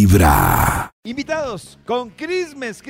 Vibra. Invitados con Crismes.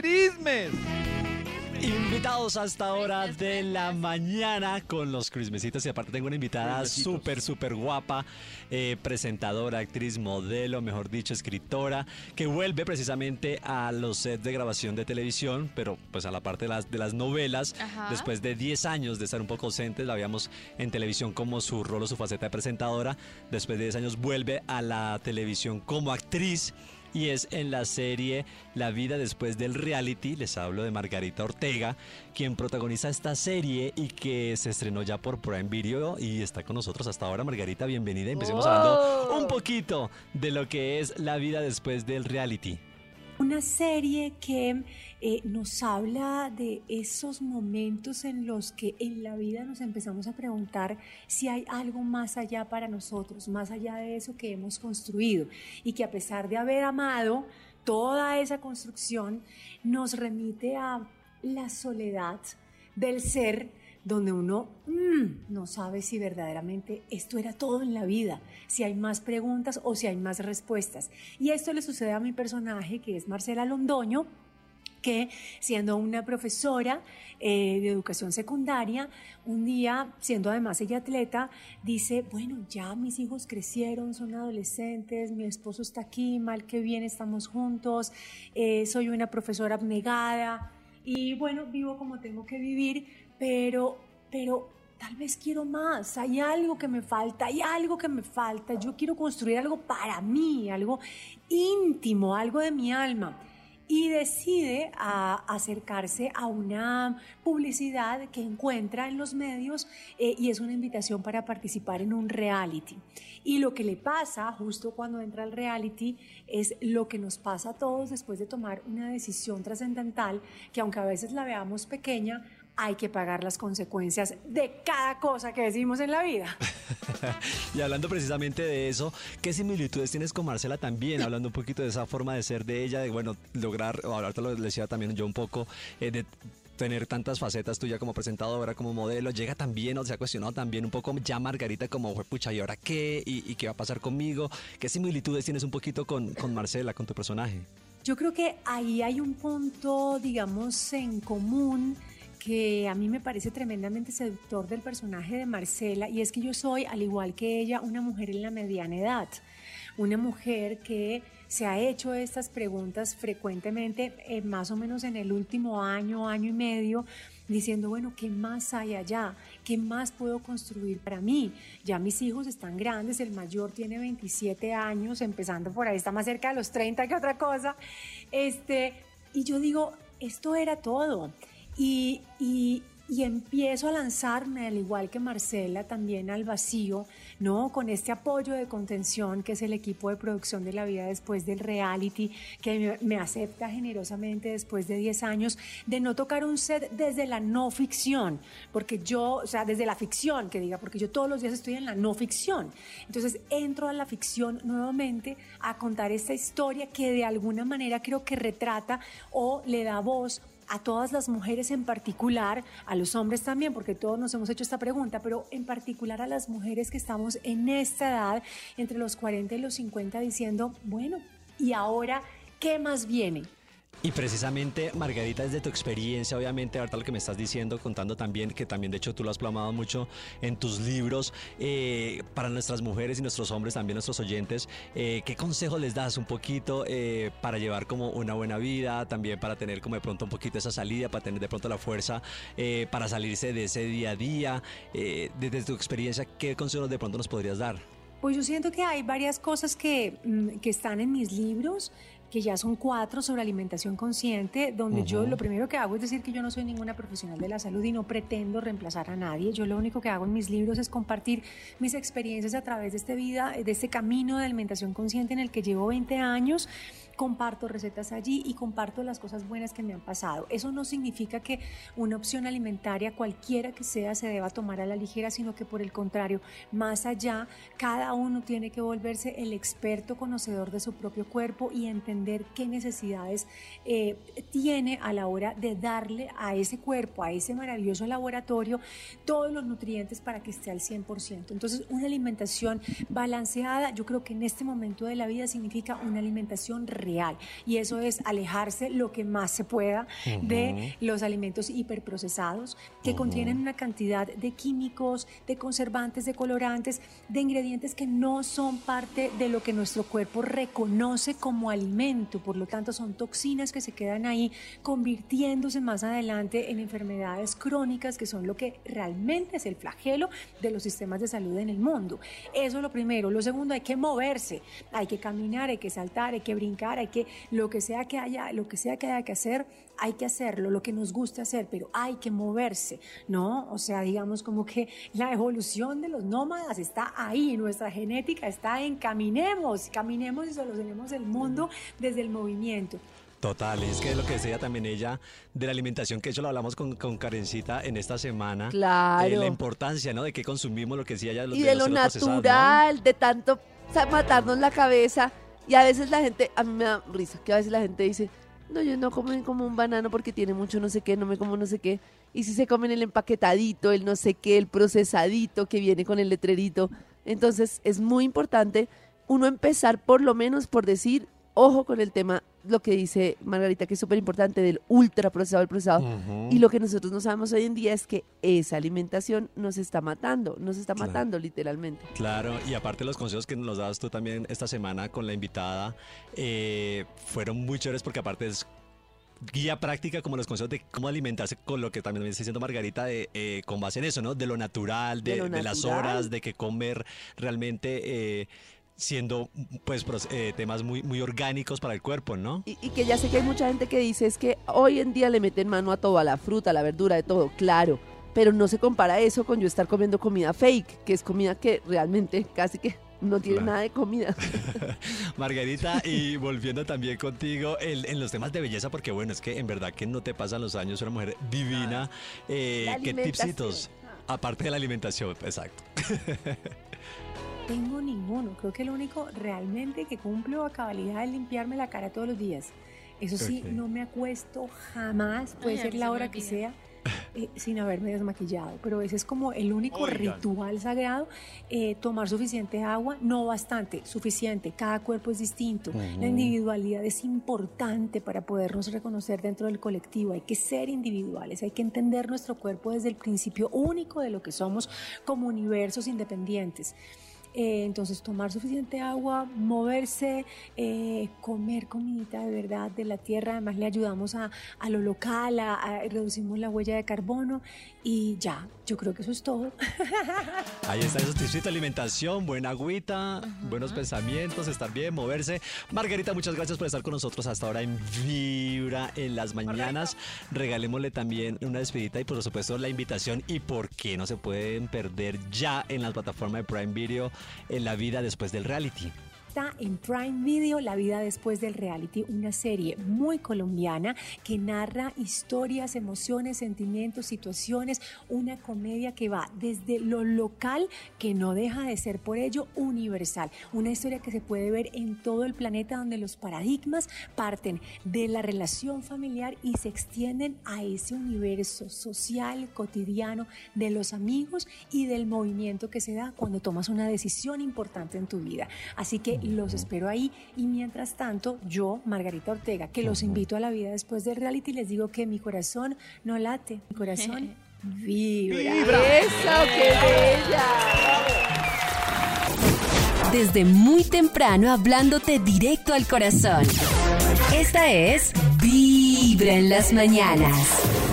Invitados a esta hora de la mañana con los Crismecitos, y aparte tengo una invitada súper guapa, presentadora, actriz, modelo, mejor dicho, escritora, que vuelve precisamente a los sets de grabación de televisión, pero pues a la parte de las novelas. Ajá. Después de 10 años de estar un poco ausente, la veíamos en televisión como su rol o su faceta de presentadora. Después de 10 años vuelve a la televisión como actriz. Y es en la serie La vida después del reality. Les hablo de Margarita Ortega, quien protagoniza esta serie y que se estrenó ya por Prime Video y está con nosotros hasta ahora. Margarita, bienvenida. Empecemos hablando un poquito de lo que es La vida después del reality. Una serie que nos habla de esos momentos en los que en la vida nos empezamos a preguntar si hay algo más allá para nosotros, más allá de eso que hemos construido, y que a pesar de haber amado toda esa construcción, nos remite a la soledad del ser, donde uno no sabe si verdaderamente esto era todo en la vida, si hay más preguntas o si hay más respuestas. Y esto le sucede a mi personaje, que es Marcela Londoño, que siendo una profesora de educación secundaria, un día, siendo además ella atleta, dice, bueno, ya mis hijos crecieron, son adolescentes, mi esposo está aquí, mal que bien estamos juntos, soy una profesora abnegada y bueno, vivo como tengo que vivir, pero tal vez quiero más, hay algo que me falta, yo quiero construir algo para mí, algo íntimo, algo de mi alma. Y decide acercarse a una publicidad que encuentra en los medios y es una invitación para participar en un reality. Y lo que le pasa justo cuando entra al reality es lo que nos pasa a todos después de tomar una decisión trascendental, que aunque a veces la veamos pequeña, hay que pagar las consecuencias de cada cosa que decimos en la vida. Y hablando precisamente de eso, ¿qué similitudes tienes con Marcela también? Hablando un poquito de esa forma de ser de ella, de bueno, lograr, ahorita lo decía también yo un poco, de tener tantas facetas tuya como presentadora, como modelo. Llega también, o se ha cuestionado también un poco ya Margarita como, pucha, ¿y ahora qué? ¿Y qué va a pasar conmigo? ¿Qué similitudes tienes un poquito con Marcela, con tu personaje? Yo creo que ahí hay un punto, digamos, en común que a mí me parece tremendamente seductor del personaje de Marcela, y es que yo soy, al igual que ella, una mujer en la mediana edad, una mujer que se ha hecho estas preguntas frecuentemente, más o menos en el último año y medio, diciendo, bueno, ¿qué más hay allá? ¿Qué más puedo construir para mí? Ya mis hijos están grandes, el mayor tiene 27 años, empezando por ahí, está más cerca de los 30 que otra cosa, y yo digo, esto era todo. Y empiezo a lanzarme, al igual que Marcela, también al vacío, ¿no? Con este apoyo de contención que es el equipo de producción de La vida después del reality, que me acepta generosamente después de 10 años de no tocar un set desde la no ficción, porque yo, o sea, desde la ficción, que diga, porque yo todos los días estoy en la no ficción. Entonces entro a la ficción nuevamente a contar esta historia que de alguna manera creo que retrata o le da voz a todas las mujeres en particular, a los hombres también, porque todos nos hemos hecho esta pregunta, pero en particular a las mujeres que estamos en esta edad, entre los 40 y los 50, diciendo, bueno, ¿y ahora qué más viene? Y precisamente, Margarita, desde tu experiencia, obviamente, ahorita lo que me estás diciendo, contando también, que también de hecho tú lo has plasmado mucho en tus libros, para nuestras mujeres y nuestros hombres, también nuestros oyentes, ¿qué consejos les das un poquito para llevar como una buena vida, también para tener como de pronto un poquito esa salida, para tener de pronto la fuerza para salirse de ese día a día? Desde tu experiencia, ¿qué consejos de pronto nos podrías dar? Pues yo siento que hay varias cosas que están en mis libros, que ya son 4 sobre alimentación consciente, donde yo lo primero que hago es decir que yo no soy ninguna profesional de la salud y no pretendo reemplazar a nadie. Yo lo único que hago en mis libros es compartir mis experiencias a través de este camino de alimentación consciente en el que llevo 20 años. Comparto recetas allí y comparto las cosas buenas que me han pasado. Eso no significa que una opción alimentaria, cualquiera que sea, se deba tomar a la ligera, sino que por el contrario, más allá, cada uno tiene que volverse el experto conocedor de su propio cuerpo y entender entender qué necesidades tiene a la hora de darle a ese cuerpo, a ese maravilloso laboratorio, todos los nutrientes para que esté al 100%. Entonces, una alimentación balanceada, yo creo que en este momento de la vida significa una alimentación real, y eso es alejarse lo que más se pueda de los alimentos hiperprocesados que contienen una cantidad de químicos, de conservantes, de colorantes, de ingredientes que no son parte de lo que nuestro cuerpo reconoce como alimento. Por lo tanto, son toxinas que se quedan ahí convirtiéndose más adelante en enfermedades crónicas, que son lo que realmente es el flagelo de los sistemas de salud en el mundo. Eso es lo primero. Lo segundo, hay que moverse, hay que caminar, hay que saltar, hay que brincar, hay que lo que sea que haya que hacer, hay que hacerlo, lo que nos gusta hacer, pero hay que moverse, ¿no? O sea, digamos como que la evolución de los nómadas está ahí, nuestra genética está en caminemos y solucionemos el mundo desde el movimiento. Total, es que lo que decía también ella de la alimentación, que eso lo hablamos con Karencita en esta semana. Claro. La importancia, ¿no? De qué consumimos, lo que decía ella. Y de lo natural, ¿no? De tanto matarnos la cabeza. Y a veces la gente, a mí me da risa, que a veces la gente dice, no, yo no como un banano porque tiene mucho no sé qué, no me como no sé qué. Y si se comen el empaquetadito, el no sé qué, el procesadito que viene con el letrerito. Entonces es muy importante uno empezar por lo menos por decir, ojo con el tema, lo que dice Margarita, que es súper importante, del ultraprocesado, el procesado. Y lo que nosotros no sabemos hoy en día es que esa alimentación nos está matando literalmente. Claro, y aparte los consejos que nos dabas tú también esta semana con la invitada, fueron muy chéveres, porque aparte es guía práctica, como los consejos de cómo alimentarse, con lo que también me está diciendo Margarita, con base en eso, ¿no? De lo natural, de las horas, de qué comer realmente, siendo pues temas muy, muy orgánicos para el cuerpo, ¿no? Y que ya sé que hay mucha gente que dice es que hoy en día le meten mano a todo, a la fruta, a la verdura, de todo, claro, pero no se compara eso con yo estar comiendo comida fake, que es comida que realmente casi que no tiene nada de comida. Margarita, y volviendo también contigo en los temas de belleza, porque bueno, es que en verdad que no te pasan los años, una mujer divina. ¿Qué tipsitos? Aparte de la alimentación, exacto. Tengo ninguno. Creo que lo único realmente que cumplo a cabalidad es limpiarme la cara todos los días. Eso sí, no me acuesto jamás, puede ser la hora que sea, sin haberme desmaquillado. Pero ese es como el único ritual sagrado. Tomar suficiente agua, no bastante, suficiente. Cada cuerpo es distinto. La individualidad es importante para podernos reconocer dentro del colectivo. Hay que ser individuales, hay que entender nuestro cuerpo desde el principio único de lo que somos como universos independientes. Entonces, tomar suficiente agua, moverse, comer comidita de verdad de la tierra. Además, le ayudamos a lo local, reducimos la huella de carbono, y ya, yo creo que eso es todo. Ahí está, esos tips de alimentación, buena agüita, buenos pensamientos, estar bien, moverse. Margarita, muchas gracias por estar con nosotros hasta ahora en Vibra en las mañanas. Regalémosle también una despedida y por supuesto la invitación, y por qué no se pueden perder ya en las plataformas de Prime Video, en La vida después del reality. Está en Prime Video, La vida después del reality, una serie muy colombiana que narra historias, emociones, sentimientos, situaciones, una comedia que va desde lo local, que no deja de ser por ello universal, una historia que se puede ver en todo el planeta, donde los paradigmas parten de la relación familiar y se extienden a ese universo social, cotidiano, de los amigos y del movimiento que se da cuando tomas una decisión importante en tu vida. Así que los espero ahí, y mientras tanto, yo, Margarita Ortega, que los invito a La vida después del reality, les digo que mi corazón no late, mi corazón vibra. ¡Eso, qué bella! Desde muy temprano, hablándote directo al corazón. Esta es Vibra en las mañanas.